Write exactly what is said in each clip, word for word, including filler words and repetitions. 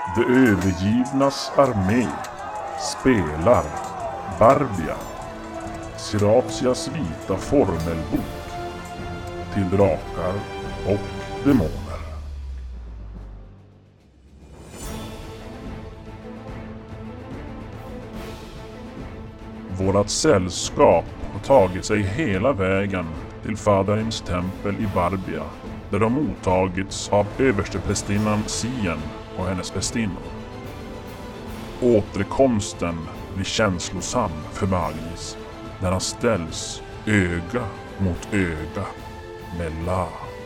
De övergivnas armé spelar Barbia, Siratias vita formelbok till drakar och demoner. Vårat sällskap har tagit sig hela vägen till Fadarims tempel i Barbia, där de mottagits av översteprästinnan Sien och hennes prästinnor. Återkomsten blir känslosam för Magnus när han ställs öga mot öga med La.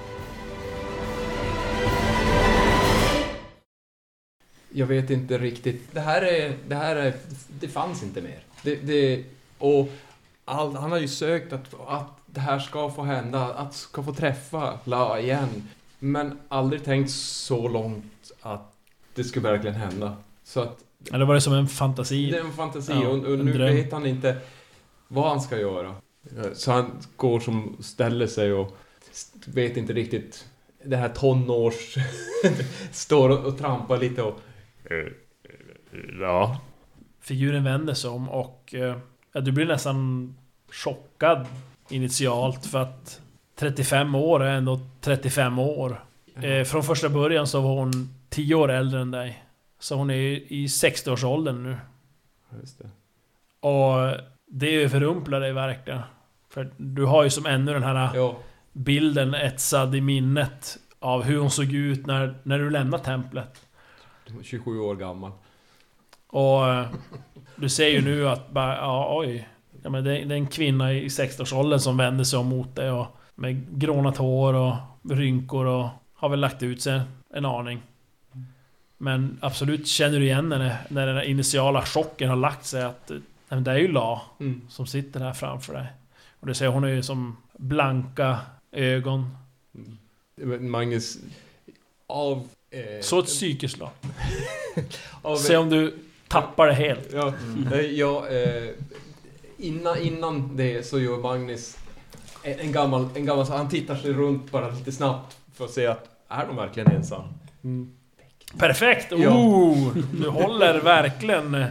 Jag vet inte riktigt. Det här är... Det här är... Det fanns inte mer. Det... det och all, han har ju sökt att, att det här ska få hända. Att ska få träffa La igen. Men aldrig tänkt så långt att det skulle verkligen hända. Så att... Eller var det som en fantasi? Det är en fantasi. Ja, och, och nu dröm. vet han inte vad han ska göra. Så han går som ställer sig och vet inte riktigt. Det här tonårs står och, och trampar lite och ja. Figuren vänder sig om och ja, du blir nästan chockad initialt för att trettiofem år är ändå trettiofem år. Eh, från första början så var hon tio år äldre än dig. Så hon är i sextio-årsåldern nu. Just det. Och det överrumplar dig verkligen. För du har ju som ännu den här ja. bilden etsad i minnet av hur hon såg ut när, när du lämnade templet. tjugosju år gammal. Och du ser ju nu att bara, ja, oj. Ja, men det, det är en kvinna i sextio-årsåldern som vänder sig om mot dig och med grånat hår och rynkor och har väl lagt ut sig en aning. Men absolut känner du igen henne när den initiala chocken har lagt sig att nej, det är ju La mm. som sitter här framför dig. Och du ser hon är ju som blanka ögon. Mm. Magnus av eh, så ett psykeslag. av, Se om du tappar det helt. Ja, mm. ja eh, innan, innan det så gör Magnus en, en gammal en gammal så han tittar sig runt bara lite snabbt för att se att är de verkligen ensam. Mm. Perfekt. Ja. Oh, du håller verkligen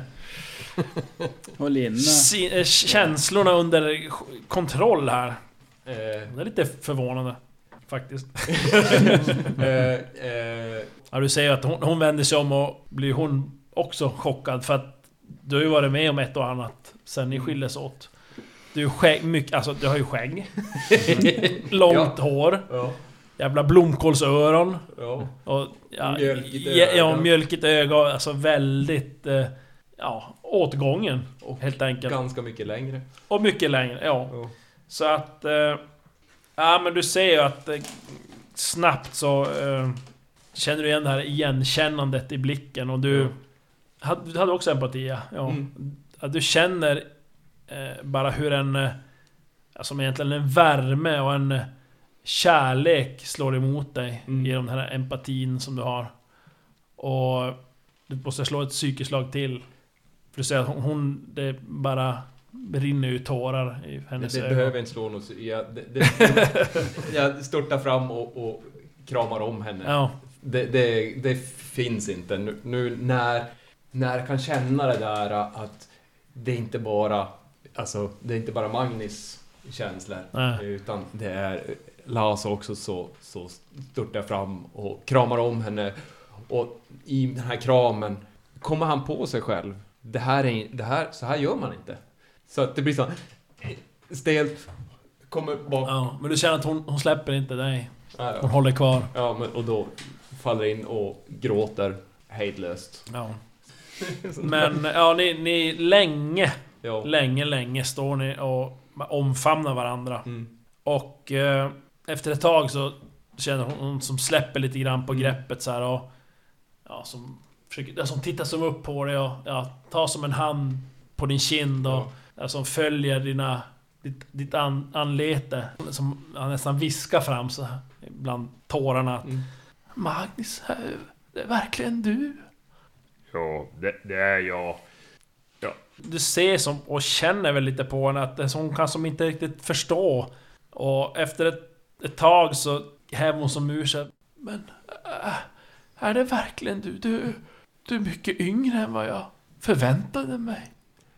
Håll inne. Si- känslorna under kontroll här. Eh, Det är lite förvånande faktiskt. eh, eh, Ja, du säger att hon, hon vänder sig om och blir hon också chockad för att du har ju varit med om ett och annat sen ni skildes åt. Du, skägg, mycket, alltså, du har ju skägg. Långt ja. hår. Ja. Jävla blomkålsöron. Ja. Och, ja, mjölkigt ja, öga. ja, mjölkigt öga. Alltså väldigt... Eh, ja, åtgången. Och helt enkelt. Ganska mycket längre. Och mycket längre, ja. Ja. Så att... Eh, ja, men du ser ju att eh, snabbt så... Eh, känner du igen det här igenkännandet i blicken. Och du... Ja. Hade, du hade också empati, ja. ja. Mm. Att du känner eh, bara hur en... Eh, som egentligen en värme och en... kärlek slår emot dig mm. genom den här empatin som du har. Och du måste slå ett psykeslag till. För du säger att hon, hon det bara rinner ut tårar i hennes Det, det ögon. behöver inte slå något. Jag, det, det, jag störtar fram och, och kramar om henne. Ja. Det, det, det finns inte. Nu, nu när, när jag kan känna det där att det är inte bara alltså, det är inte bara Magnus känslor. Nej. Utan det är Lars också så, så störtar jag fram och kramar om henne. Och i den här kramen kommer han på sig själv. Det här är, det här, så här gör man inte. Så att det blir så stelt. Kommer bak. Ja, men du känner att hon, hon släpper inte dig. Ja, Hon ja. håller kvar. Ja, men, och då faller in och gråter hejdlöst. Ja. Men ja, ni, ni länge, Ja. länge, länge står ni och omfamnar varandra. Mm. Och eh, efter ett tag så känner hon, hon som släpper lite grann på greppet så här och ja, som försöker, ja, som tittar som upp på dig och ja, tar som en hand på din kind och Ja. ja, som följer dina ditt, ditt an, anlete som ja, nästan viskar fram så här bland tårarna. Mm. Magnus, det är verkligen du. Ja, det, det är jag. Ja. Du ser som och känner väl lite på henne att det, hon kan som inte riktigt förstå. Och efter ett, ett tag så häver hon som ur sig. Men äh, är det verkligen du? Du, Du är mycket yngre än vad jag förväntade mig.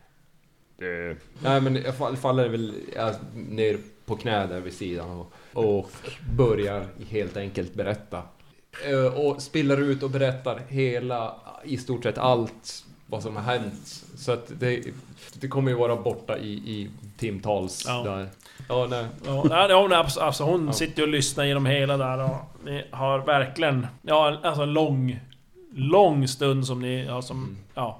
Det... Nej, men jag fall- faller väl jag, ner på knä där vid sidan och, och börjar helt enkelt berätta. Eh, Och spiller ut och berättar hela, i stort sett allt vad som har hänt. Så att det, det kommer ju vara borta i, i timtals Ja. där. Ja, nej. Ja, nej, ja, nej, abs- alltså hon Ja. sitter ju och lyssnar genom hela där och ni har verkligen, ja, alltså en lång, lång stund som ni har som, Mm. ja,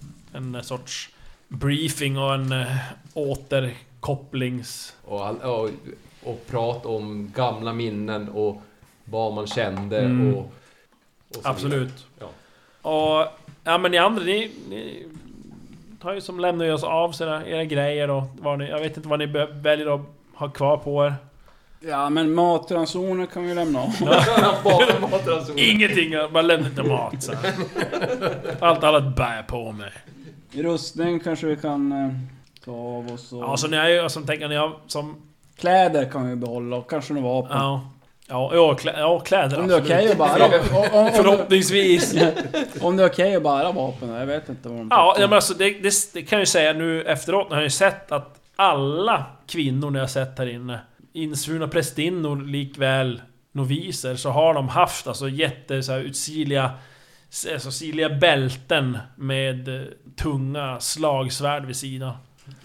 en eh, sorts briefing och en äh, återkopplings... Och, all, och, och prat om gamla minnen och vad man kände Mm. och, och så Absolut. vidare. Och, ja men ni andra, ni, ni tar ju som lämnar ju oss av sina, era grejer och vad ni, jag vet inte vad ni be- väljer att ha kvar på er. Ja, men matransoner kan vi lämna av. Bara matransoner. Ingenting, jag bara lämna inte mat så här. Allt annat bär på mig. I rustning kanske vi kan eh, ta av oss och... Ja, så ni är ju, som tänker ni har som... Kläder kan vi behålla och kanske några vapen. Ja, ja, ja, klä, ja kläder Om det är okej att bära... om- om- om- Förhoppningsvis. Om det är okej att bära vapen, jag vet inte vad de Ja, tycker. men alltså det, det, det kan jag ju säga nu efteråt, när jag har ju sett att alla kvinnor ni har sett här inne, insvurna prästinnor likväl noviser, så har de haft alltså jätte så här utsiliga, alltså siliga bälten med eh, tunga slagsvärd vid sidan.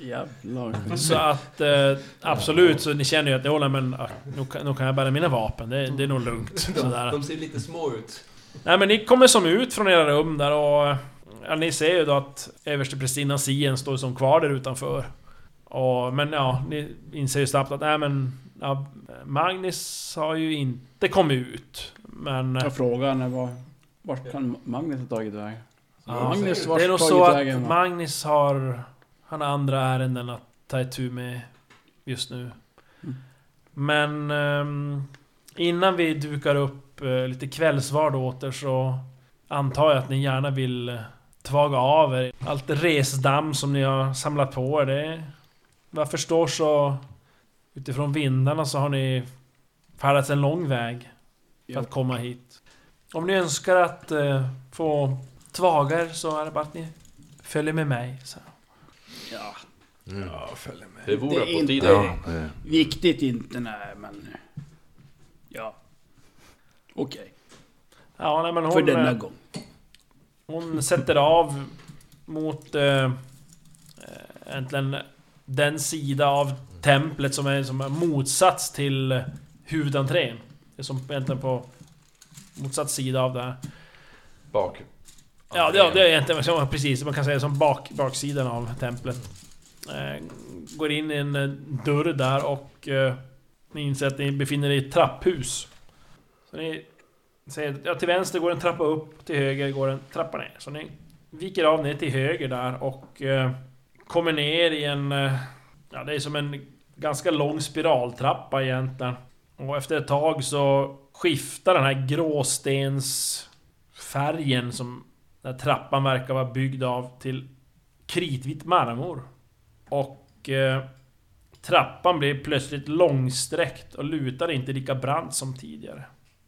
Jävlar. Så att eh, absolut, så ni känner ju att jag men ah, nu, kan, nu kan jag bära mina vapen, det, det är nog lugnt. Sådär. De ser lite små ut. Nej men ni kommer som ut från era rum där och ja, ni ser ju då att översteprästinnan Sien står som kvar där utanför. Och, men ja, ni inser ju snabbt att nej men ja, Magnus har ju inte kommit ut. Men Jag frågar henne var, vart kan Magnus ha tagit väg? ja, Magnus, vart det är nog tagit så att vägen, va? Magnus har han har andra ärenden att ta itu med just nu. Mm. Men ehm, innan vi dukar upp eh, lite kvällsvard åter så antar jag att ni gärna vill eh, tvaga av er allt resdamm som ni har samlat på er. Det, vad jag förstår så utifrån vindarna så har ni färdats en lång väg för Ja. att komma hit. Om ni önskar att eh, få tvaga er så är det bara att ni följer med mig. Så. Ja, Mm. Ja, följer med. Det vore Det är på inte- tiden. Ja, det, viktigt inte, nej men... Ja. Okej, Ja, nej, men hon, för denna eh, gång. hon sätter av mot eh, äntligen den sida av templet som är som är motsats till huvudentrén. Det är som egentligen på motsatt sida av det här. Bak. Ja, det, det är egentligen som, precis, man kan säga som bak, baksidan av templet. Eh, går in i en eh, dörr där och eh, ni inser att ni befinner er i ett trapphus. Så ni ser, ja, till vänster går en trappa upp, till höger går en trappa ner. Så ni viker av ner till höger där och eh, kommer ner i en... Eh, ja, det är som en ganska lång spiraltrappa egentligen. Och efter ett tag så skiftar den här gråstensfärgen som den här trappan verkar vara byggd av till kritvit marmor. Och eh, trappan blir plötsligt långsträckt och lutar inte lika brant som tidigare.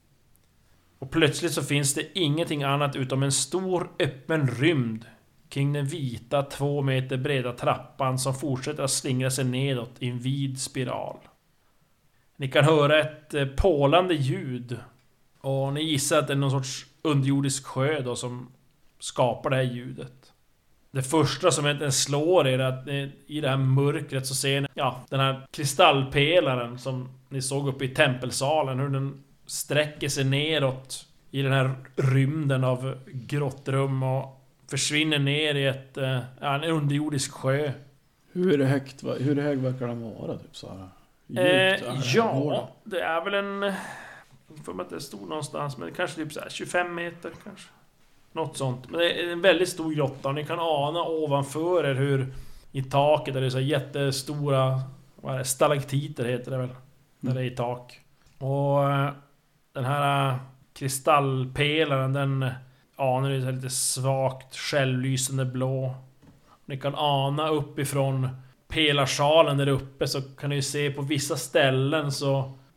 Och plötsligt så finns det ingenting annat utom en stor öppen rymd kring den vita två meter breda trappan som fortsätter att slingra sig nedåt i en vid spiral. Ni kan höra ett eh, pålande ljud och ni gissar att det är någon sorts underjordisk sjö då som skapar det här ljudet. Det första som egentligen slår er är att ni, i det här mörkret så ser ni ja, den här kristallpelaren som ni såg uppe i tempelsalen, hur den sträcker sig neråt i den här rymden av grottrum och försvinner ner i ett, ja, en underjordisk sjö. Hur högt, va- hur hög verkar den vara typ så här? Djupt, Eh, eller? ja, det är väl en... För mig att det stod någonstans, men kanske typ så här tjugofem meter kanske. Något sånt. Men det är en väldigt stor grotta och ni kan ana ovanför er hur i taket där det är så här jättestora vad är det, stalaktiter heter det väl. Där det är i tak. Och eh, den här eh, kristallpelaren den anar ju så här lite svagt självlysande blå. Ni kan ana uppifrån pelarsalen där uppe så kan ni ju se på vissa ställen så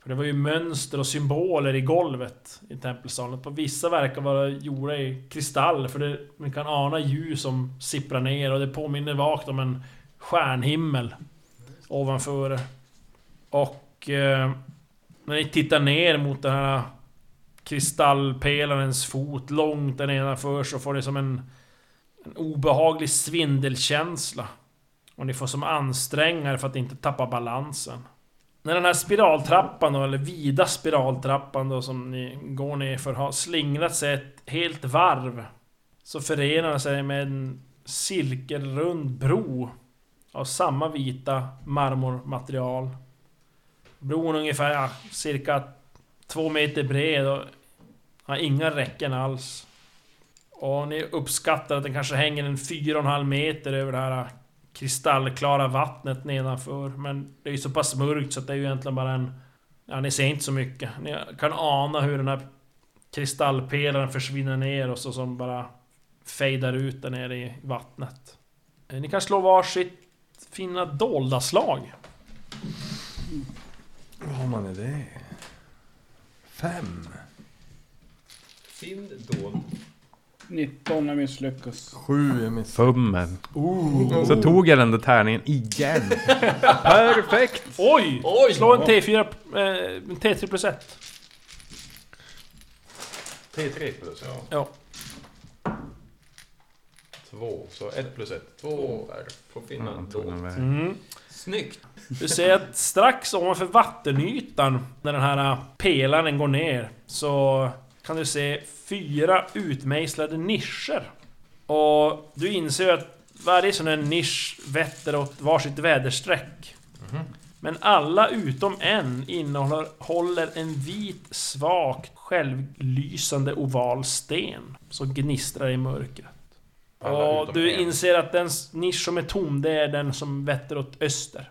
För det var ju mönster och symboler i golvet i tempelsalen. På vissa verkar vara gjorda i kristall, för det, man kan ana ljus som sipprar ner, och det påminner vagt om en stjärnhimmel ovanför det. Och eh, när ni tittar ner mot den här kristallpelarens fot långt där nedanför, så får ni som en, en obehaglig svindelkänsla. Och ni får som ansträngar för att inte tappa balansen. När den här spiraltrappan då, eller vida spiraltrappan då, som ni går ner för, har slingrat sig ett helt varv, så förenar den sig med en cirkelrund bro av samma vita marmormaterial. Bron ungefär ja, cirka två meter bred och har inga räcken alls. Och ni uppskattar att den kanske hänger en fyra och en halv meter över det här kristallklara vattnet nedanför. Men det är ju så pass mörkt så att det är ju egentligen bara en... Ja, ni ser inte så mycket. Ni kan ana hur den här kristallpelaren försvinner ner och så som bara fejdar ut där nere i vattnet. Ni kan slå varsitt fina dolda slag. Vad man är det? Fem. Fin dold. nitton när misslyckas. Sju är mitt. Fummer. Oh. Så tog jag den där tärningen igen. Perfekt! Oj! Oj! Slå en T fyra, eh, en T tre plus ett. T tre plus, ja. Ja. Två, så ett plus ett. Två är På finna Ja, dold. Mm. Snyggt. Du ser att strax ovanför vattenytan, när den här pelaren går ner, så kan du se fyra utmejslade nischer. Och du inser att varje sån här nisch vetter åt varsitt väderstreck. Mm. Men alla utom en innehåller håller en vit, svagt, självlysande oval sten som gnistrar i mörkret. Alla Och utom du en. inser att den nisch som är tom, det är den som vetter åt öster.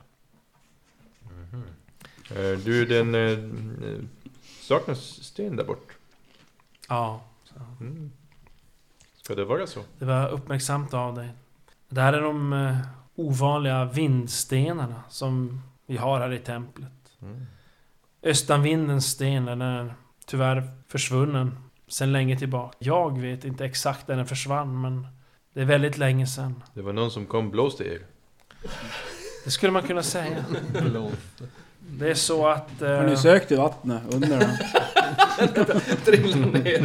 Uh, du, den uh, saknas sten där bort. Ja, Mm. Ska det vara så? det var uppmärksamt av dig. Det här är de eh, ovanliga vindstenarna som vi har här i templet. Mm. Östanvindens sten, den är tyvärr försvunnen sedan länge tillbaka. Jag vet inte exakt när den försvann, men det är väldigt länge sedan. Det var någon som kom blåste er. Det skulle man kunna säga. Det är så att... Eh, Har ni sökt i vattnet under den? Trillar ner.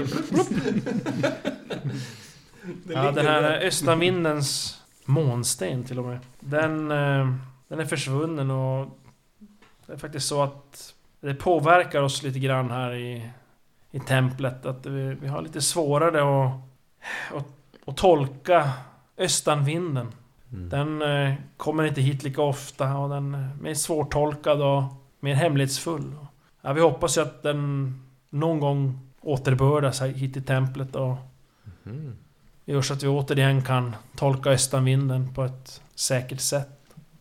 ja, den här östanvindens månsten till och med. Den, eh, den är försvunnen, och det är faktiskt så att det påverkar oss lite grann här i, i templet. Att vi, vi har lite svårare att, att, att tolka östanvinden. Mm. Den eh, kommer inte hit lika ofta, och den är mer svårtolkad och mer hemlighetsfull. Ja, vi hoppas ju att den någon gång återbördas här hit i templet och Mm. gör så att vi återigen kan tolka östanvinden på ett säkert sätt.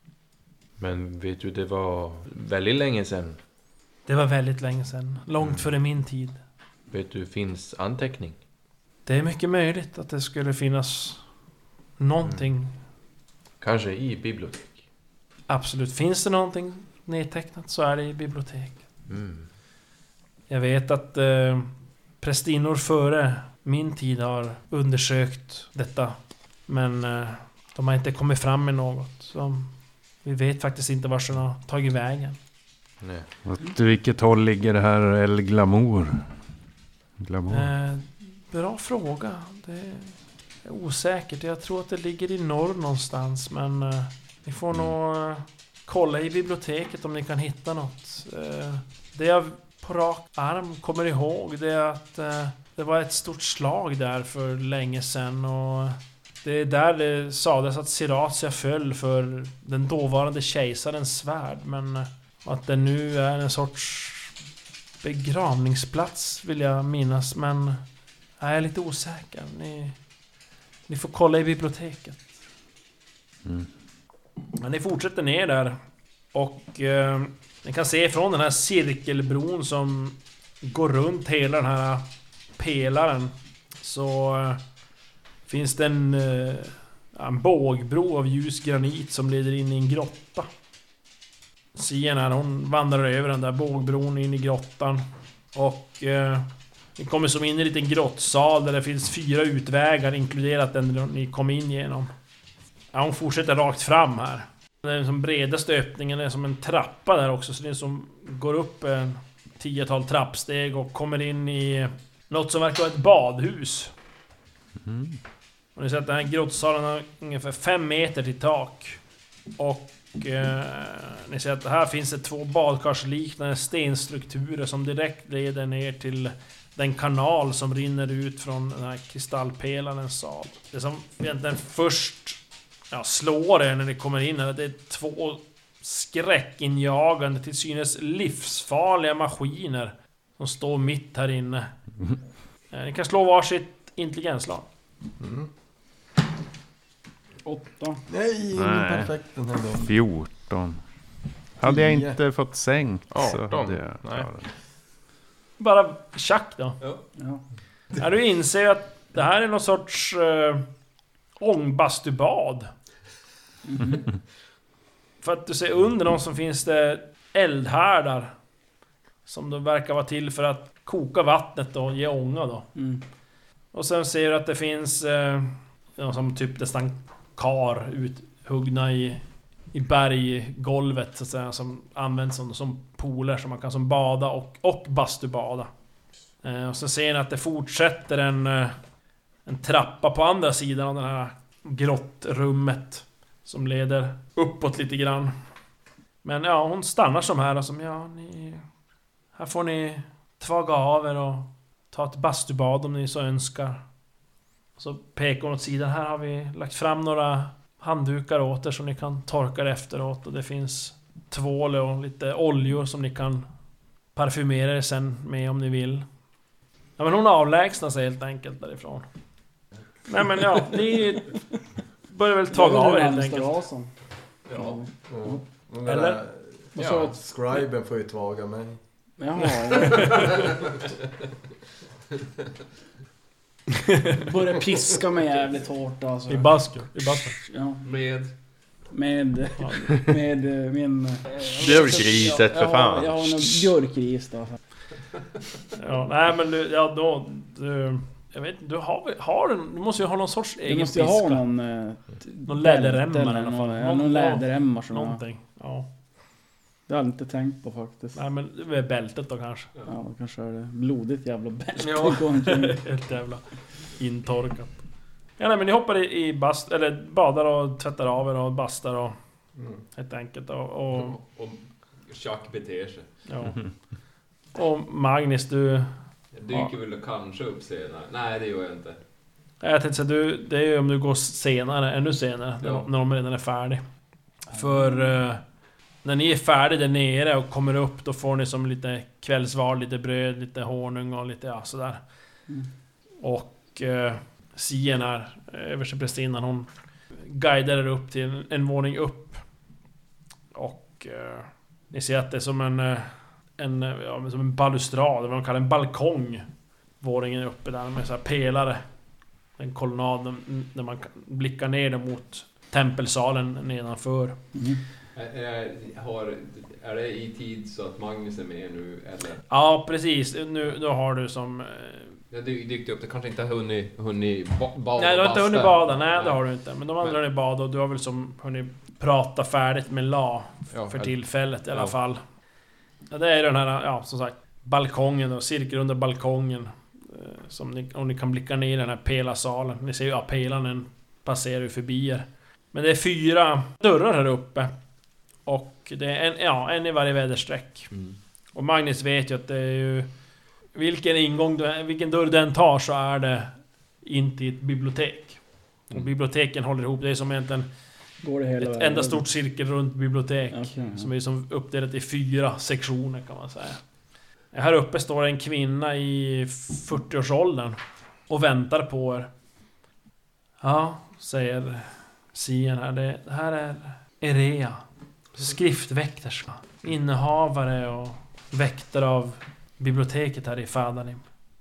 Men vet du, det var väldigt länge sedan. Det var väldigt länge sedan, långt Mm. före min tid. Vet du, finns anteckning? Det är mycket möjligt att det skulle finnas någonting. Kanske i bibliotek. Absolut, finns det någonting nedtecknat så är det i bibliotek. Mm. Jag vet att eh, prästinnor före min tid har undersökt detta, men eh, de har inte kommit fram med något. Så vi vet faktiskt inte var den har tagit vägen. Nej. Åt vilket håll ligger det här El Glamour? Glamour. Eh, bra fråga. Det är osäkert. Jag tror att det ligger i norr någonstans, men eh, ni får Mm. nog eh, kolla i biblioteket om ni kan hitta något. Eh, det jag på rak arm kommer ihåg, det är att eh, det var ett stort slag där för länge sedan, och det är där det sades att Siratia föll för den dåvarande kejsarens svärd, men eh, att det nu är en sorts begravningsplats vill jag minnas, men jag är lite osäker. Ni, ni får kolla i biblioteket. Mm. Men ni fortsätter ner där, och eh, ni kan se från den här cirkelbron som går runt hela den här pelaren, så eh, finns det en, eh, en bågbro av ljus granit som leder in i en grotta. Sien här, hon vandrar över den där bågbron in i grottan. Och eh, ni kommer som in i en liten grottsal där det finns fyra utvägar inkluderat den ni kom in genom. Ja, hon fortsätter rakt fram här. Den som bredaste öppningen är som en trappa där också, så det är som går upp en tiotal trappsteg och kommer in i något som verkar vara ett badhus. Mm. Och ni ser att den här grottsalen har ungefär fem meter till tak. Och eh, ni ser att här finns det två badkarsliknande stenstrukturer som direkt leder ner till den kanal som rinner ut från den här kristallpelarens sal. Det som egentligen först ja, slår er när ni kommer in är att det är två skräckinjagande till synes livsfarliga maskiner som står mitt här inne. Ni kan slå varsitt intelligensslag. Mm. Åtta. Nej, ingen Nej. perfekt den här dagen. fjorton. Hade jag Tio. inte fått sänkt så arton. hade jag Nej. klarat det. Bara tjack då. Ja. Ja, du inser att det här är någon sorts uh, ångbastubad. Mm. För att du ser under dem som finns det eldhärdar som då verkar vara till för att koka vattnet och ge ånga då. Mm. Och sen ser du att det finns eh, ja, som typ nästan kar uthuggna i, i berggolvet så att säga, som används som, som pooler som man kan som bada och, och bastubada. Eh, och så ser ni att det fortsätter en, eh, en trappa på andra sidan av det här grottrummet som leder uppåt lite grann. Men ja, hon stannar som här och som ja, ni, här får ni tvaga av er och ta ett bastubad om ni så önskar. Så pekar hon åt sidan. Här har vi lagt fram några handdukar åt er som ni kan torka det efteråt. Och det finns tvål och lite oljor som ni kan parfymera er sen med om ni vill. Ja, men hon avlägsnar sig helt enkelt därifrån. Nej men ja, ni börjar väl ta av er helt enkelt. Rasen. Ja. Ja. Eller? Vad sa Ja, du? scriben får ju tvaga mig. Jaha, ja. Börjar piska mig jävligt hårt alltså. I basken. I basken. Ja. Med... Med, med eh, min... Björkriset, för jag, fan. Jag har en björkris då. Ja, nej men du, ja då... Du, jag vet inte, du har, har du, du måste ju ha någon sorts egen Du måste ju piska. ha någon... Eh, Någon läderremmar eller i alla fall. någon, Någon- någon läderremmar som jag... Någonting. Ja. Det har jag inte tänkt på faktiskt. Nej men det är bältet då kanske. Ja, då kanske är det blodigt jävla bälte. Ja. Går omkring. Helt jävla intorkat. Ja nej men ni hoppar i, i bast, eller badar och tvättar av er och bastar och Mm. helt enkelt och, och Och Chuck beter sig. ja. Och Magnus du, Jag dyker väl kanske upp senare. Nej, det gör jag inte. jag tänkte säga du, det är ju om du går senare, ännu senare, Ja. när, när de redan är färdig. För eh, när ni är färdiga där nere och kommer upp, då får ni som lite kvällsvar, lite bröd, lite honung och lite ja, sådär. Mm. Och eh, Sien här, översteprästinnan, hon guidar er upp till en, en våning upp. Och eh, ni ser att det är som en, eh, en, eh, ja, som en balustrad, vad man kallar en balkong. Våningen är uppe där med så här pelare. En kolonnad där man kan blicka ner mot tempelsalen nedanför. Mm. Är, är, har, är det i tid så att Magnus är med nu, eller? Ja, precis. Nu då har du som... eh, Jag dy- dykt upp, det kanske inte har hunnit, hunnit ba- bada. Nej, du har inte basta. hunnit bada. Nej, det har du inte. Men de andra har hunnit bada och du har väl som hunnit prata färdigt med La Ja, för jag- tillfället i alla ja. fall. Ja, det är den här, ja, som sagt, balkongen och cirkelrunda balkongen. eh, Som ni, om ni kan blicka ner i den här pelasalen. Ni ser ju, ja, pelaren passerar ju förbi er. Men det är fyra dörrar här uppe. Och det är en, ja, en i varje väderstreck. Mm. Och Magnus vet ju att det är ju... Vilken ingång, du, vilken dörr den tar så är det in till ett bibliotek. Och Mm. biblioteken håller ihop, det är som egentligen Går det hela ett vägen? enda stort cirkel runt bibliotek. Okej, ja. Som är som uppdelat i fyra sektioner kan man säga. Här uppe står en kvinna i fyrtioårsåldern och väntar på er. Ja, säger Sien här. Det, det här är Erea, skriftväkterska, innehavare och väktare av biblioteket här i Fadanim.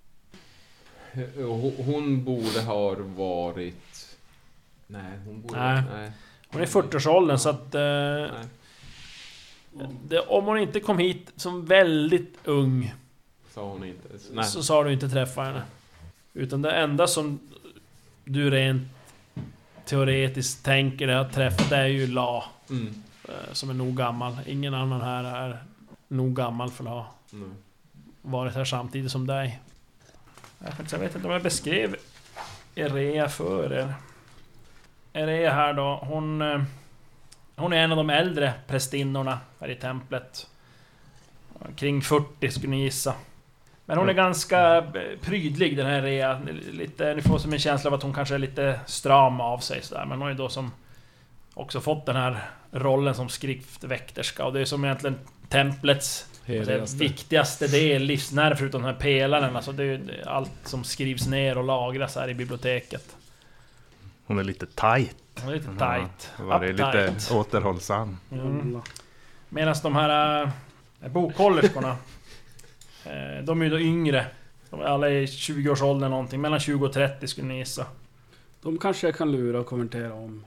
Hon, hon borde ha varit... Nej, hon borde... Nej. nej. Hon är i fyrtioårsåldern så att... Eh, Nej. Det, om hon inte kom hit som väldigt ung, Sa hon inte. Nej. så sa du inte träffa henne. Utan det enda som du rent teoretiskt tänker dig att träffa, det är ju La. Mm. Som är nog gammal. Ingen annan här är nog gammal för att ha Mm. varit här samtidigt som dig. Jag vet inte om jag beskrev Erea för er. Erea här då, hon... Hon är en av de äldre prästinnorna här i templet. Kring fyrtio skulle ni gissa. Men hon är ganska prydlig, den här Erea. Lite, ni får som en känsla av att hon kanske är lite stram av sig sådär. Men hon är då som också fått den här rollen som skriftväkterska. Och det är som egentligen templets alltså, viktigaste del, livsnerv förutom den här pelaren. Alltså det är ju allt som skrivs ner och lagras här i biblioteket. Hon är lite tight. Hon är lite tight. Ja, var det lite Uptight. återhållsam. Mm. Medan de här äh, bokhållerskorna äh, de är ju då yngre. De är alla i tjugo-årsåldern någonting. Mellan tjugo och trettio skulle ni gissa. De kanske jag kan lura och kommentera om.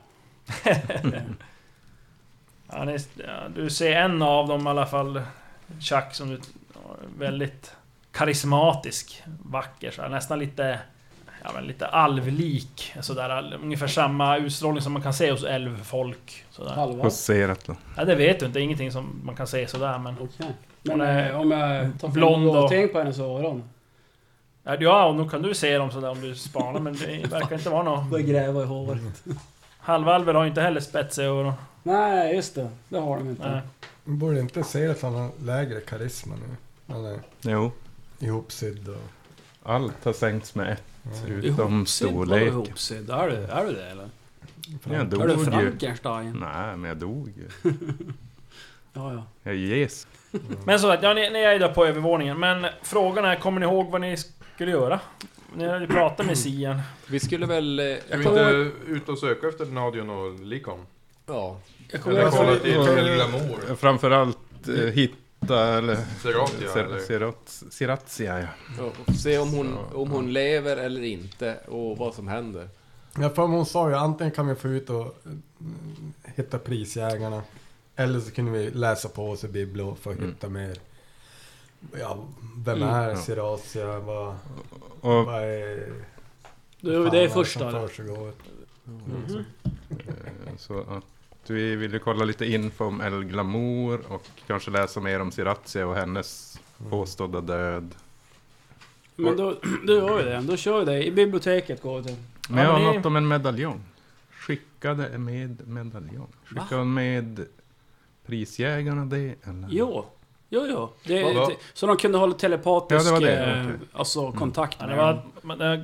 Ja, ni, ja, du ser en av dem i alla fall, Chuck, som du, väldigt karismatisk, vacker, så här, nästan lite, ja, men lite alvlik, så där, ungefär samma utstrålning som man kan se hos älvfolk. Så där. Halva. Hos Serat då. Ja, det vet du inte, ingenting som man kan se sådär, men... Okej. Men Hon är eh, om jag tar blond blond och- och tänk på hennes öron. Ja, och nu kan du se dem sådär om du spanar, men det verkar inte vara något. Börjar gräva i håret. Halvalver har ju inte heller spetsiga öron. Nej, just det. Det har de inte. Nej. Man borde inte se det för han har lägre karisma nu. Han är Jo. ihopsydd och... Allt har sänkts med ett. Ja. Utom storlek. Ihopsydd? Är du, är du det eller? Jag dog Är du ju. Frankenstein? Nej, men jag dog ju. Ja, ja. Jag är Jesus. Men så att, ja, ni, ni är ju där på övervåningen. Men frågan är, kommer ni ihåg vad ni skulle göra? Ni hade ju pratat med Sian. Vi skulle väl... eh, Ska vi inte ut och söka efter Nadion och Likon? Ja. Jag kommer Eller ihåg kolla att till El Glamour? Framförallt eh, hitta eller... Seratia, Ser- eller? Serat- Siratia, ja. Ja, och se om hon, om hon lever eller inte och vad som händer. Ja, för hon sa ju antingen kan vi få ut och mm, hitta prisjägarna. Eller så kunde vi läsa på oss i Biblo för att Mm. hitta mer. Ja, vem Mm. är Ja. Siratia? Vad, Och vad är... det är fan det är första. som eller? försiggår? Mhm. eh, så att vi ville kolla lite info om El Glamour och kanske läsa mer om Siratia och hennes påstådda död. Men då, då gör vi det. Då kör vi det. I biblioteket går vi till. Men jag Ja, har men ni- något om en medaljong. Skickade med medaljong. Skickade hon med prisjägarna det? Eller? Jo. Jo, jo. Det, Vadå? det, så de kunde hålla telepatisk Ja, det var det. eh, Okej. alltså, kontakt Ja, med det var, dem. man, det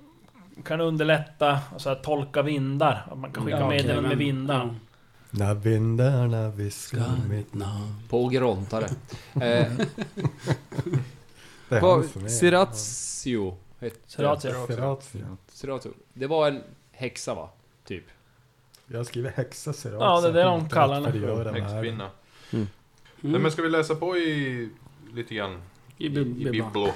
kan underlätta, alltså att tolka vindar. Att man kan skicka Ja, okej, meddelanden med men- vindar. ja. När vindarna viskar mitt namn. På Grontare. Eh, Det är vad, han som är. Siratio. hette- Siratia. Siratia. Siratio. Det var en häxa, va? Typ. Jag skriver häxa Siratia. Ja, det är det de Inte kallar rätt för henne. att göra det här. Häxkvinna. Mm. Nej, men ska vi läsa på i lite grann? I I, bib- i Biblo.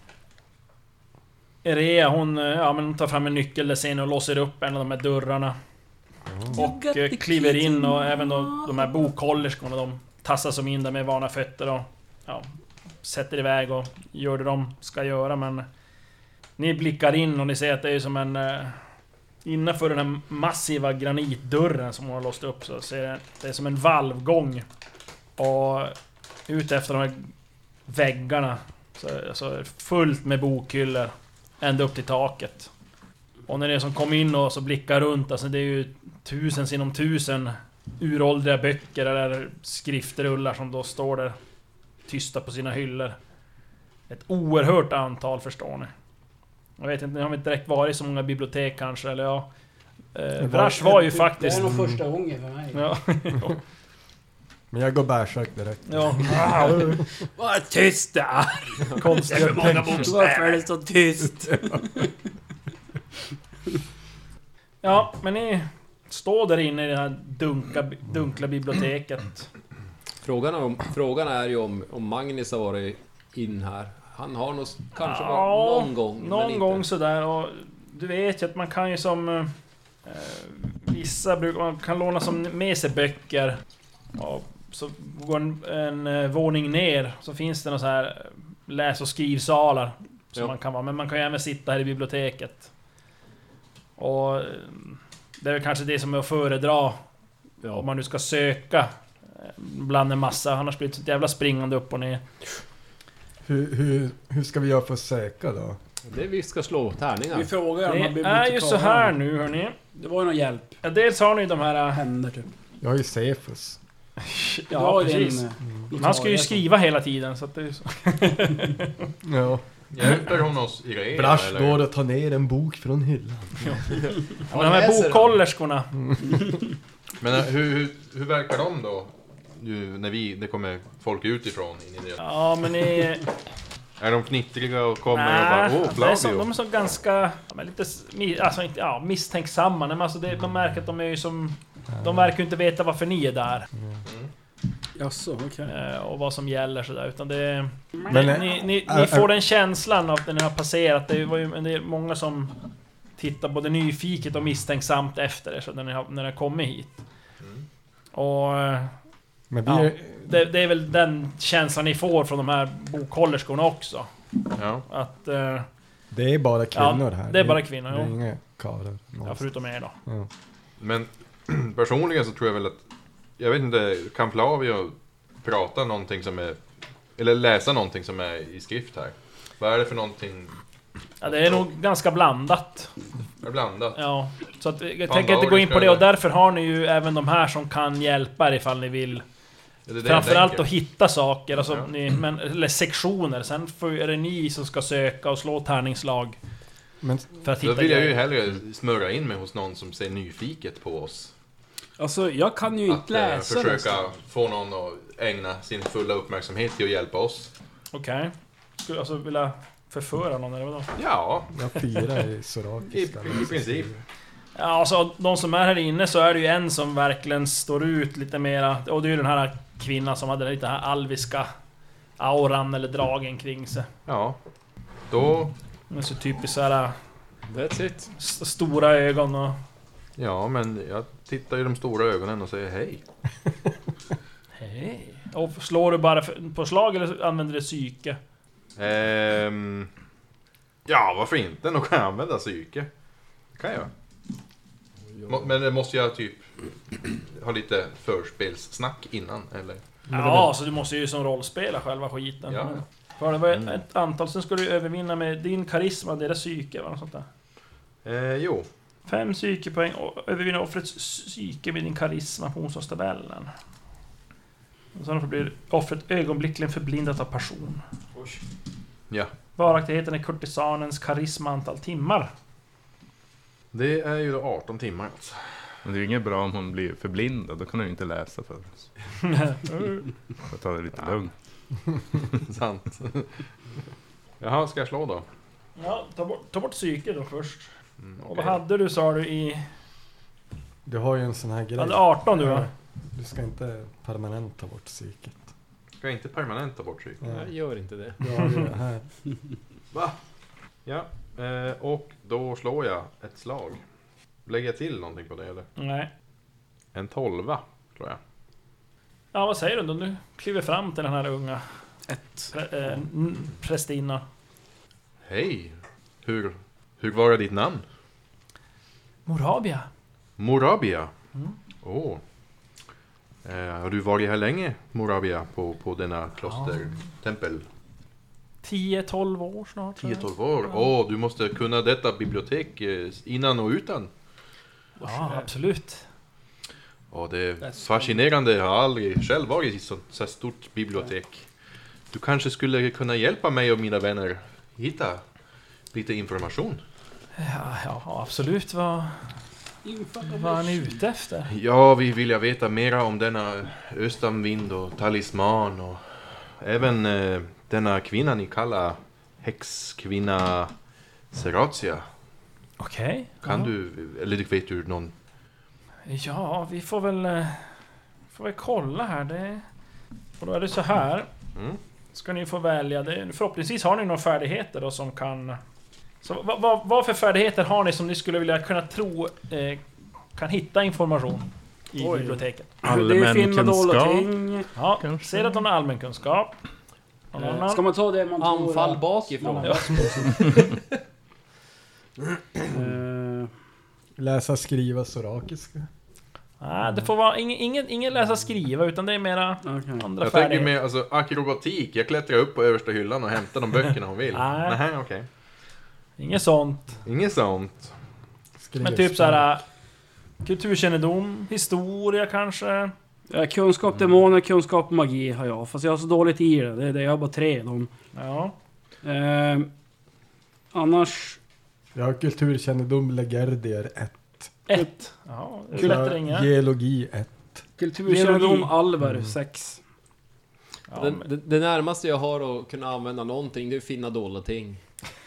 Erea, hon, eh, ja, men hon tar fram en nyckel där sen och låser upp en av de här dörrarna. Och eh, kliver in och även då, de här bokhållerskorna, de tassar som in där med vana fötter och ja, sätter iväg och gör det de ska göra, men ni blickar in och ni ser att det är som en eh, innanför den här massiva granitdörren som hon har låst upp, så ser det, det är som en valvgång och ut efter de här väggarna så, så är det fullt med bokhyllor ända upp till taket. Och när det är som kom in och så blickar runt, alltså det är ju tusen sinom tusen uråldriga böcker eller skriftrullar som då står där tysta på sina hyllor. Ett oerhört antal, förstår ni. Jag vet inte, ni har väl inte direkt varit i så många bibliotek kanske, eller ja. Eh, Vrash var ju faktiskt... Det är nog första gången för mig. Ja, Men jag går bärsärk direkt. ja. Vad tyst det är! Konstiga Varför är det så tyst? Ja, men ni står där inne i det här dunka, dunkla biblioteket. Frågan, om, frågan är ju om, om Magnus har varit in här. Han har nog kanske Ja, varit någon gång. men Någon inte. gång sådär, och du vet ju att man kan ju som... Eh, vissa brukar, man kan låna som med sig böcker. Och så går en, en eh, våning ner, så finns det några så här läs- och skrivsalar som Ja. man kan vara, men man kan ju även sitta här i biblioteket. Och eh, det är väl kanske det som är att föredra om man nu ska söka eh, bland en massa, annars blir det ett jävla springande upp och ner. Hur, hur, hur ska vi göra för att söka då? Det vi ska slå tärningar. Vi frågar de här Det är ju så här bibliotekarierna. nu hörni. Det var ju någon hjälp. Ja, dels har ni de här... Händer typ. Jag har ju Cephus. Du har Ja, ju precis. en, eh, Man ska ju skriva hela tiden, så att det är så. Ja. Hjälper hon oss i det? Brash eller? går och tar ner en bok från hyllan. Men de här bokhållerskorna. Men eh, hur, hur, hur verkar de då? Nu, när vi, det kommer folk utifrån in i det. Ja, men ni... Är de fnittriga och kommer Nej, och bara åh, det är så, Flavio? de är så ganska... Ja, men lite mi- alltså, inte, ja, misstänksamma. Men alltså, det, man märker att de är ju som... De verkar ju inte veta varför ni är där. Jaså, okej. eh, Och vad som gäller sådär. Utan det... Men, äh, Ni, ni, äh, ni får den känslan av att när ni har passerat. Det var ju det är många som tittar både nyfiket och misstänksamt efter er, så när ni har, när ni har kommit hit. Och eh, men vi ja, är, det, det är väl den känslan ni får från de här bokhållerskorna också. Ja. Att... Eh, det är bara kvinnor Ja, här. det är bara kvinnor, Det är jo. inga karlar. ja, förutom er då. Ja. Men personligen så tror jag väl att, jag vet inte, kan Flavio prata någonting som är, eller läsa någonting som är i skrift här? Vad är det för någonting? Ja, det är nog ganska blandat. Är det blandat? Ja, så att, jag Fan, tänker inte gå in på det, eller? och därför har ni ju även de här som kan hjälpa er ifall ni vill. Är det det Framförallt jag att tänker? hitta saker, alltså, Ja. ni, men, eller sektioner. Sen får, är det ni som ska söka och slå tärningslag Men för att Då hitta vill jag ju grejer. hellre smöra in mig hos någon som ser nyfiket på oss. Alltså, jag kan ju Att inte eh, läsa försöka nästan. få någon att ägna sin fulla uppmärksamhet till att hjälpa oss. Okej. Skulle alltså vilja förföra någon eller vadå? Ja, jag har fyra i i, sorakiska. i princip. Ja, alltså de som är här inne, så är det ju en som verkligen står ut lite mera. Och det är ju den här kvinnan som hade lite här alviska auran eller dragen kring sig. Ja, då... Men så typiskt såhär That's it. st- stora ögon och... Ja, men jag tittar i de stora ögonen och säger hej. Hej. Och slår du bara för, på slag eller använder du psyke? Ehm, ja, varför inte? Nog kan jag använda psyke. Kan jag. Må, men det måste jag typ ha lite förspelssnack innan, eller? Ja, så du måste ju som rollspela själva skiten. Ja. För det var ett, ett antal, sen ska du övervinna med din karisma, deras psyke, eller något sånt där. Eh, jo. Fem psykepoäng och övervinna offrets psyke med din karisma på motståndstabellen. Och sen blir offret ögonblickligen förblindat av passion. Ja. Varaktigheten är kurtisanens karisma antal timmar. Det är ju då arton timmar alltså. Men det är ju inget bra om hon blir förblindad, då kan hon ju inte läsa för oss. Får ta det lite Ja. lugnt. Sant. Jaha, ska jag slå då? Ja, ta bort, ta bort psyke då först. Mm, Och vad okej. hade du, sa du, i... Du har ju en sån här Du grej. hade arton du, va? Du ska inte permanent ta bort psyket. Ska jag inte permanent ta bort psyk? Ja. Jag gör inte det. Du har ju det här. Va? Ja, eh, och då slår jag ett slag. Lägger jag till någonting på det eller? Nej. En tolva, tror jag. Ja, vad säger du då? Du kliver fram till den här unga... Ett. Pre, eh, n- prästinna. Hej! Hur, hur var det ditt namn? Morabia. Morabia? Mm. Åh. Oh. Eh, har du varit här länge, Morabia, på, på denna klostertempel? tio tolv år snart. tror tio jag. tolv år? Åh, oh, du måste kunna detta bibliotek eh, innan och utan. Ja, absolut. Ja, det är fascinerande. Jag har aldrig själv varit i ett sånt så här stort bibliotek. Du kanske skulle kunna hjälpa mig och mina vänner hitta lite information. Ja, ja absolut. Vad, vad är ni ute efter? Ja, vi vill jag veta mera om denna östanvind och talisman och även eh, denna kvinna ni kallar häxkvinna Seratia. Okej. Kan ja. du, eller vet du någon? Ja, vi får väl... eh, Får väl kolla här. Det, och då är det så här. Mm? Ska ni få välja. Det, förhoppningsvis har ni några färdigheter då som kan... Så vad, vad, vad för färdigheter har ni som ni skulle vilja kunna tro eh, kan hitta information? i Oj. biblioteket. Det är finna dolda Allmänkunskap. ting. Ja, Kanske. ser att de har allmänkunskap. Någon Eh, annan? Ska man ta det man tror... Anfall att- bakifrån. man har Eh, Läsa, skriva, sorakiska. Nej, det får vara ingen, ingen, ingen läsa skriva, utan det är mera okej. andra Jag tänker färdigheter. med alltså, akrobatik. Jag klättrar upp på översta hyllan och hämtar de böckerna hon vill. Nej. Nej, okej. Inget sånt. Inget sånt. Men typ såhär... Kulturkännedom, historia kanske. Ja, kunskap demoner, kunskap magi har jag. Fast jag har så dåligt i det. Det är det. Jag har bara tre av dem. Ja. Eh, annars... Jag har kulturkännedom, legerdier ett. Ett. Ja, det är bättre än inga. Geologi ett. Kulturkännedom, Geologi. alver, Mm. sex. Ja, Det, men- det, det närmaste jag har att kunna använda någonting, det är att finna dolda ting.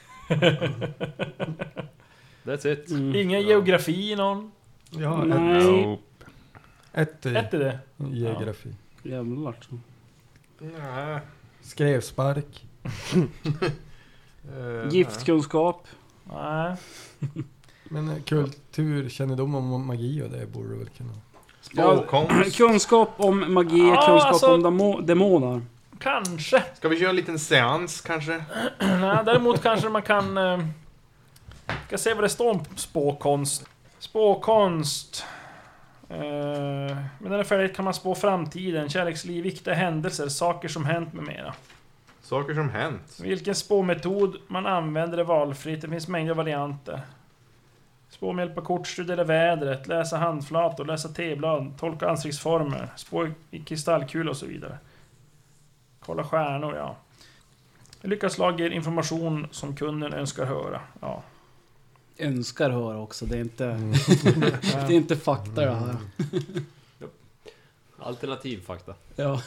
That's it. Mm. Ingen geografi någon. Jag har ett, Nej. Nope. ett i Ett är det. geografi. Jävlar. Så. Nej. Skrevspark. Eh, Giftkunskap. Nej. Men eh, kulturkännedom om magi och det borde du väl kunna. Spåkonst. Kunskap om magi, Ja, kunskap alltså- om demo- demoner. Kanske. Ska vi köra en liten seans kanske? Nej, däremot kanske man kan... Eh, ska se vad det står om spåkonst. Spåkonst. Eh, med den här färdigheten kan man spå framtiden, kärleksliv, viktiga händelser, saker som hänt med mera. Saker som hänt. Vilken spåmetod man använder är valfritt. Det finns mängder av varianter. Spå med hjälp av kort, studera vädret, läsa handflator, läsa teblad, tolka ansiktsformer, spå i kristallkul och så vidare. Kolla stjärnor, ja. Lyckas slag ger information som kunden önskar höra. Ja. Önskar höra också. Det är inte, Mm. det är inte fakta det här. Alternativ fakta. Ja.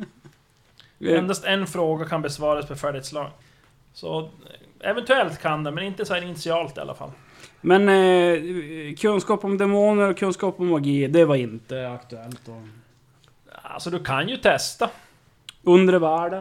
Endast en fråga kan besvaras per färdighetsslag. Så eh, eventuellt kan det, men inte så här initialt i alla fall. Men eh, kunskap om demoner och kunskap om magi, det var inte aktuellt. Och... Alltså du kan ju testa. Undre världen.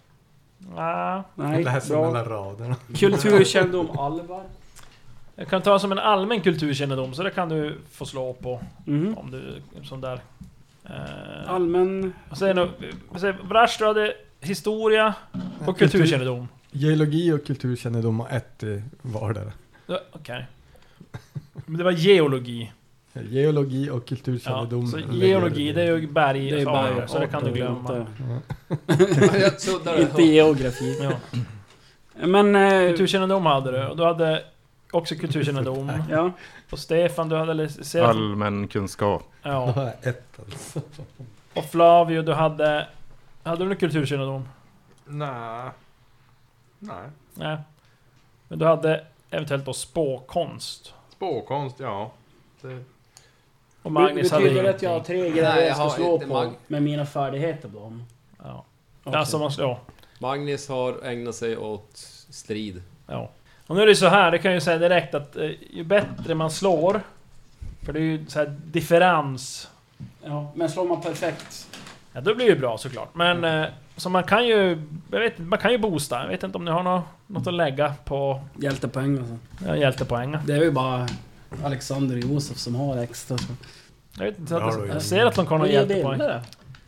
Ja. Nej, Läsa bra. mellan raderna. Kulturkännedom alvar. Jag kan ta som en allmän kulturkännedom, så det kan du få slå på Mhm. om du som där. Eh, Allmän... och sen nu, Vrash, du hade historia och kulturkännedom. Geologi och kulturkännedom har ett i vardera. Ja, okej. Men det var geologi. Geologi och Ja, kulturkännedom. så lägger- geologi, det är ju berg, Det är ja, berg, så det kan du glömma. Inte, Jag suddar inte geografi. Ja. Men... Eh, Kulturkännedom hade du, och du hade också kulturkännedom. ja. Och Stefan, du hade... eller Stefan- Allmän kunskap. Då Ja. har jag ett alltså. Och Flavio, du hade... Hade du någon kulturkännedom? Nej. Nej. Nej. Men du hade eventuellt då spåkonst. Spåkonst, ja. Det... Och Magnus hade betyder det att jag har ingenting. tre grejer Nej, jag ska jag har slå inte på mag- med mina färdigheter på dem? Ja. Okej. Alltså man, ja. Magnus har ägnat sig åt strid. Ja. Och nu är det så här, det kan jag ju säga direkt att eh, ju bättre man slår, för det är ju så här differens, Ja, men slår man perfekt? ja då blir det ju bra såklart. Men eh, så man kan ju, jag vet, man kan ju boosta. Jag vet inte om ni har något, något att lägga på Hjältepoäng alltså. ja, hjältepoäng. Det är ju bara Alexander Josef som har extra. Så. Jag vet inte, Ja, jag, då är det- jag ser att de kan ha Vad ger hjältepoäng. bilder?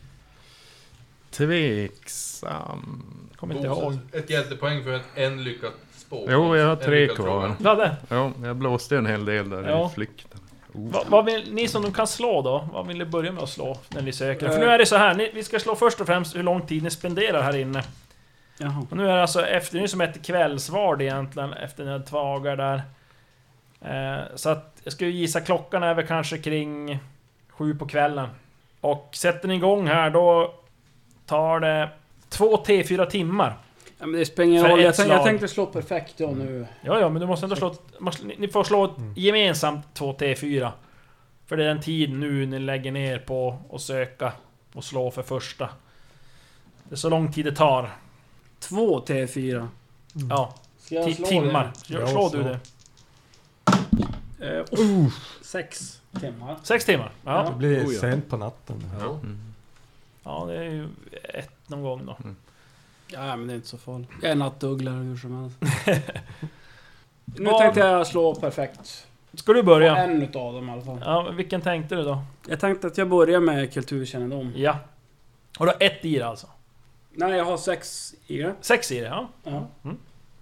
Tveksam. Kommer inte ihåg. Ett hjältepoäng för ett en lyckat spå. Jo, jag har En tre lyckad kvar. fråga. Du hade? Jo, jag blåste en hel del där Ja. i flykten. Oh. Va, vad vill ni som de kan slå då? Vad vill ni börja med att slå när ni söker? För nu är det så här, ni, vi ska slå först och främst hur lång tid ni spenderar här inne. Jaha. Och nu är det alltså efter, nu som ett kvällsvard egentligen, efter några tvagar där. Eh, så att jag skulle gissa klockan är väl kanske kring sju på kvällen. Och sätter ni igång här då tar det två T fyra timmar. Ja, men det spelar ingen För roll. ett Jag, tänk, jag slag. tänkte slå perfekt ja nu. Ja, ja, men du måste ändå slå... måste- Ni får slå gemensamt två T fyra. För det är den tid nu ni lägger ner på att söka och slå för första. Det är så lång tid det tar. Två T fyra. Ja, Ska jag ti- slå timmar. det? Slå, Ja, slå så. du det. det? Uh, sex timmar. Sex timmar? Ja. Det blir Oh, ja. sent på natten. Ja. Ja, det är ju ett någon gång då. Ja, men det är inte så farligt. Jag är nattugglare hur som helst. Nu Vad- tänkte jag slå perfekt. Ska du börja? En utav dem i alla fall. Ja, vilken tänkte du då? Jag tänkte att jag börjar med kulturkännedom. Ja. Och du har ett i det alltså? Nej, jag har sex i det. Sex i det, ja. Ja. Mm.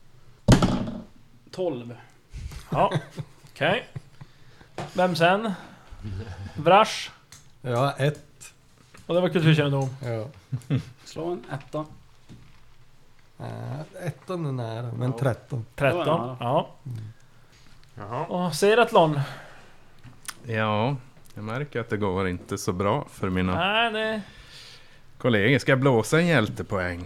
Tolv. Ja, okej. Okay. Vem sen? Vrash. Ja, ett. Och det var kulturkännedom. Ja. Slå en etta. Äh, ettan är nära, men tretton. tretton, ja. Mm. Jaha. Och Seratlon? Ja, jag märker att det går inte så bra för mina Nej, det... kollegor. Ska jag blåsa en hjältepoäng?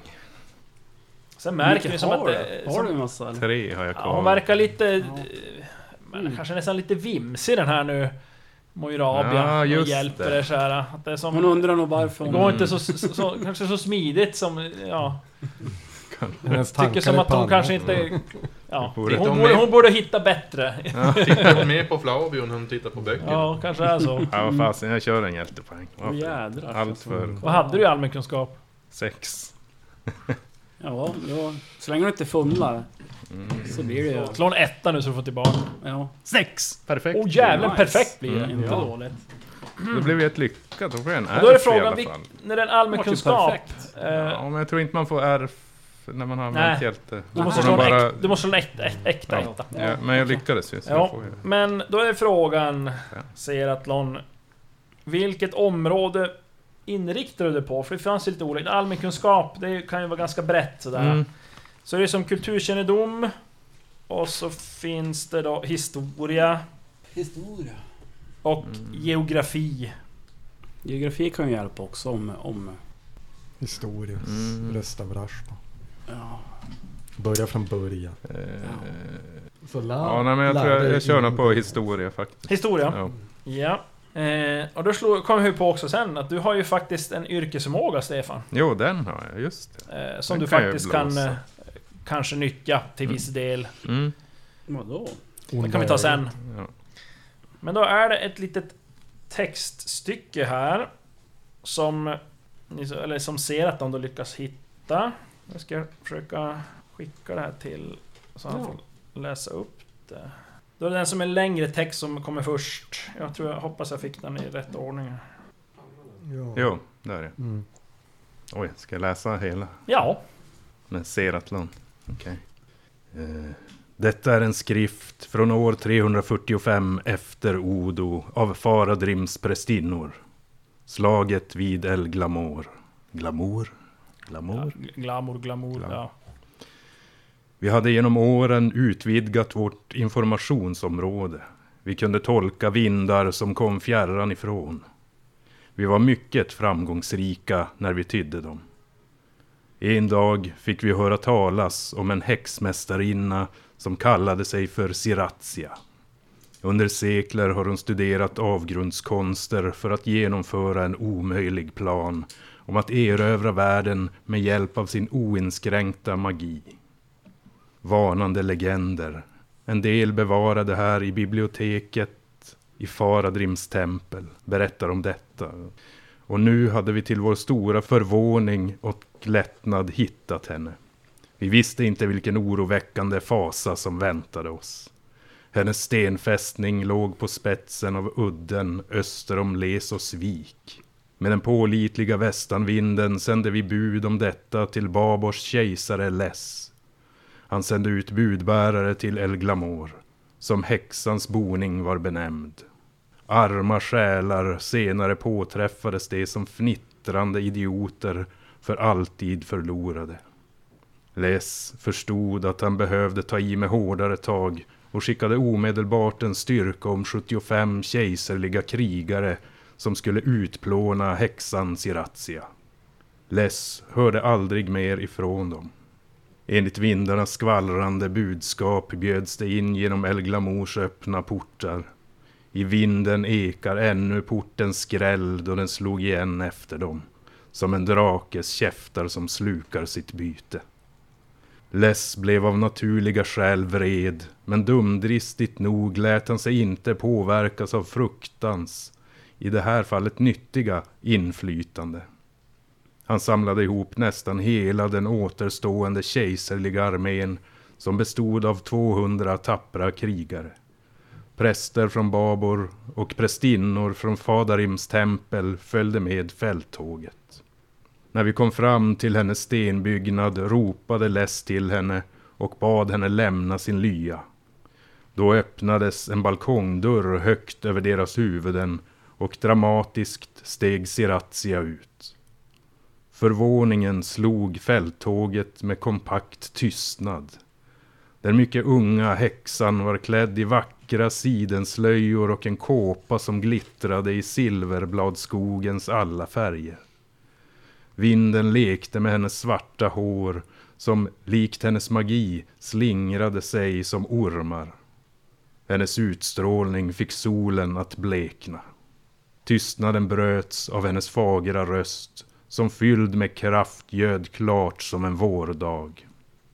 Sen märker vi som har att det... du? Har som, du en massa? Eller? Tre har jag kvar. ja, hon verkar lite... Ja. Men Mm. kanske nästan lite vimsig den här nu. Moirabia. Ja, och just hjälper det. det så här. Att det är som... Hon undrar nog varför Det hon... går inte så, så, så... Kanske så smidigt som... Ja. Hennes Tycker tankar som är att hon pannan. kanske inte... Ja. Borde Hon de borde, med- hon borde hitta bättre. Tittar hon mer på Flavio när hon tittar på böckerna? Ja, kanske är så. Ja, vad fasen, jag kör en hjältepoäng. Åh, jädrar. Allt för Vad hade du i allmänkunskap? sex. Ja, ja. Så länge du inte fumlar så blir det ju... Slå en etta nu så du får tillbaka. Ja. Sex! Perfekt. Åh jävlar, Nice. perfekt blir det. Mm. Inte Ja. dåligt. Det blev ju ett lyckat. Då får jag en Och då är det ärf i frågan, alla vilk, fall. när det är en allmänkunskap... Perfekt. Eh, Ja, men jag tror inte man får ärf när man har Nej. använt hjälte. du, måste Får slå man en bara... äk, du måste slå en äkta, äk, äkta Ja. etta. Ja, men jag lyckades ju. Så Ja, jag får ju... men då är frågan, säger Atlon, vilket område inriktar du dig på? För det fanns lite olika. Allmänkunskap, det kan ju vara ganska brett sådär. Mm. Så det är som kulturkännedom, och så finns det då historia Historia. och Mm. geografi. Geografi kan ju hjälpa också om... om Historia. Mm. Rösta Vrash på. ja. Börja från början. Eh, Så la, Ja, nej, men jag tror jag, jag kör nog på historia faktiskt. Historia? Ja. Ja. Eh, och då slår, kom vi på också sen att du har ju faktiskt en yrkesförmåga, Stefan. Jo, den har jag, just det. Eh, som Den du kan jag faktiskt kan blåsa. eh, kanske nyttja till viss del. Mm. Vadå? Det kan vi ta sen. Ja. Men då är det ett litet textstycke här som ni så- eller som ser att de då lyckas hitta. Jag ska försöka skicka det här till så han får läsa upp det. Då är det den som är längre text som kommer först. Jag tror jag hoppas jag fick den i rätt ordning. Ja. Jo, där är jag. Mm. Oj, ska jag läsa hela? Ja, Med Seratlon. Okej. Eh, detta är en skrift från år trehundrafyrtiofem efter Odo av Faradrims prästinnor. Slaget vid El Glamour. Glamour? Glamour? ja glamour, glamour. Glamour. Ja. Vi hade genom åren utvidgat vårt informationsområde. Vi kunde tolka vindar som kom fjärran ifrån. Vi var mycket framgångsrika när vi tydde dem. En dag fick vi höra talas om en häxmästarinna som kallade sig för Siratia. Under sekler har hon studerat avgrundskonster för att genomföra en omöjlig plan om att erövra världen med hjälp av sin oinskränkta magi. Varnande legender. En del bevarade här i biblioteket i Faradrims tempel berättar om detta. Och nu hade vi till vår stora förvåning och lättnad hittat henne. Vi visste inte vilken oroväckande fasa som väntade oss. Hennes stenfästning låg på spetsen av udden öster om Lesosvik. Med den pålitliga västanvinden sände vi bud om detta till Babors kejsare Less. Han sände ut budbärare till El Glamour, som häxans boning var benämnd. Arma själar senare påträffades det som fnittrande idioter för alltid förlorade. Les förstod att han behövde ta i med hårdare tag och skickade omedelbart en styrka om sjuttiofem kejserliga krigare som skulle utplåna häxan Siratia. Les hörde aldrig mer ifrån dem. Enligt vindarnas skvallrande budskap bjöds det in genom El Glamours öppna portar. I vinden ekar ännu portens skräll då den slog igen efter dem, som en drakes käftar som slukar sitt byte. Les blev av naturliga skäl vred, men dumdristigt nog lät han sig inte påverkas av fruktans, i det här fallet nyttiga, inflytande. Han samlade ihop nästan hela den återstående kejserliga armén som bestod av tvåhundra tappra krigare. Präster från Babor och prästinnor från Fadarims tempel följde med fälttåget. När vi kom fram till hennes stenbyggnad ropade Less till henne och bad henne lämna sin lya. Då öppnades en balkongdörr högt över deras huvuden och dramatiskt steg Sirazia ut. Förvåningen slog fälttåget med kompakt tystnad. Den mycket unga häxan var klädd i vackra sidenslöjor och en kåpa som glittrade i silverbladskogens alla färger. Vinden lekte med hennes svarta hår som likt hennes magi slingrade sig som ormar. Hennes utstrålning fick solen att blekna. Tystnaden bröts av hennes fagra röst som fylld med kraft göd klart som en vårdag.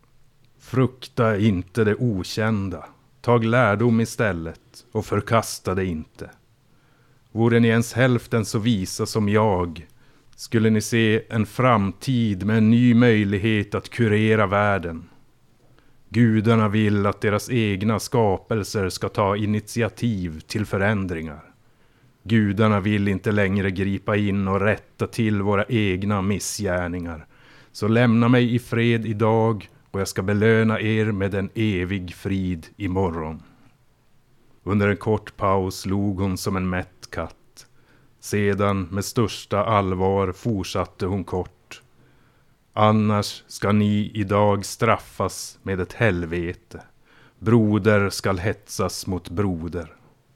Frukta inte det okända. Tag lärdom istället och förkasta det inte. Vore ni ens hälften så visa som jag, skulle ni se en framtid med en ny möjlighet att kurera världen. Gudarna vill att deras egna skapelser ska ta initiativ till förändringar. Gudarna vill inte längre gripa in och rätta till våra egna missgärningar. Så lämna mig i fred idag och jag ska belöna er med en evig frid imorgon. Under en kort paus log hon som en mätt katt. Sedan med största allvar fortsatte hon kort. Annars ska ni idag straffas med ett helvete. Broder skall hetsas mot broder.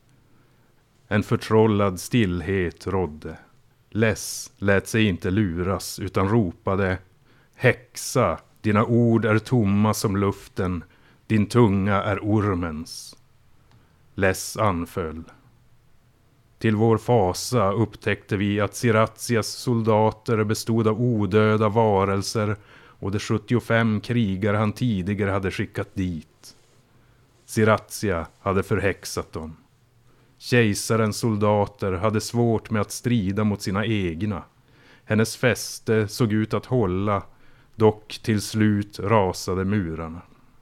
En förtrollad stillhet rådde. Less lät sig inte luras utan ropade: Häxa, dina ord är tomma som luften, din tunga är ormens. Less anföll. Till vår fasa upptäckte vi att Sirazias soldater bestod av odöda varelser och de sjuttiofem krigare han tidigare hade skickat dit. Sirazia hade förhäxat dem. Kejsarens soldater hade svårt med att strida mot sina egna. Hennes fäste såg ut att hålla, dock till slut rasade murarna.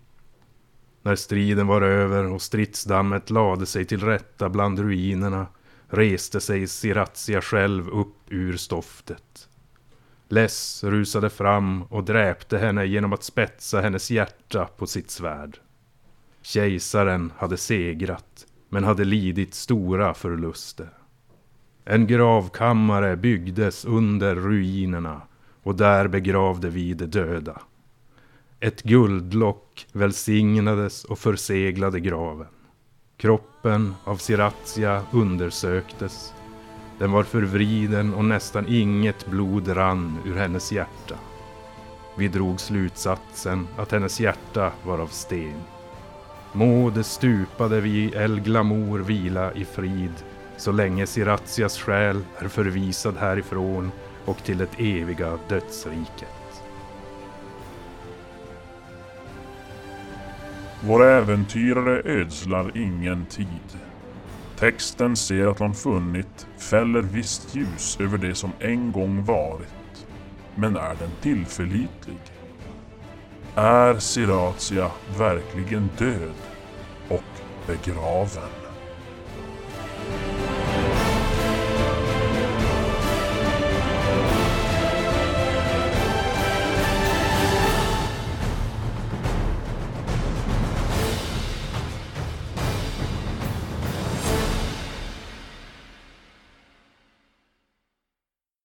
När striden var över och stridsdammet lade sig till rätta bland ruinerna reste sig Sirazia själv upp ur stoftet. Less rusade fram och dräpte henne genom att spetsa hennes hjärta på sitt svärd. Kejsaren hade segrat, men hade lidit stora förluster. En gravkammare byggdes under ruinerna och där begravde vi de döda. Ett guldlock välsignades och förseglade graven. Kroppen av Sirazia undersöktes. Den var förvriden och nästan inget blod rann ur hennes hjärta. Vi drog slutsatsen att hennes hjärta var av sten. Må det stupade vi El Glamour vila i frid så länge Sirazias själ är förvisad härifrån och till det eviga dödsriket. Vår äventyrare ödslar ingen tid. Texten ser att han funnit fäller visst ljus över det som en gång varit. Men är den tillförlitlig? Är Sirazia verkligen död och begraven?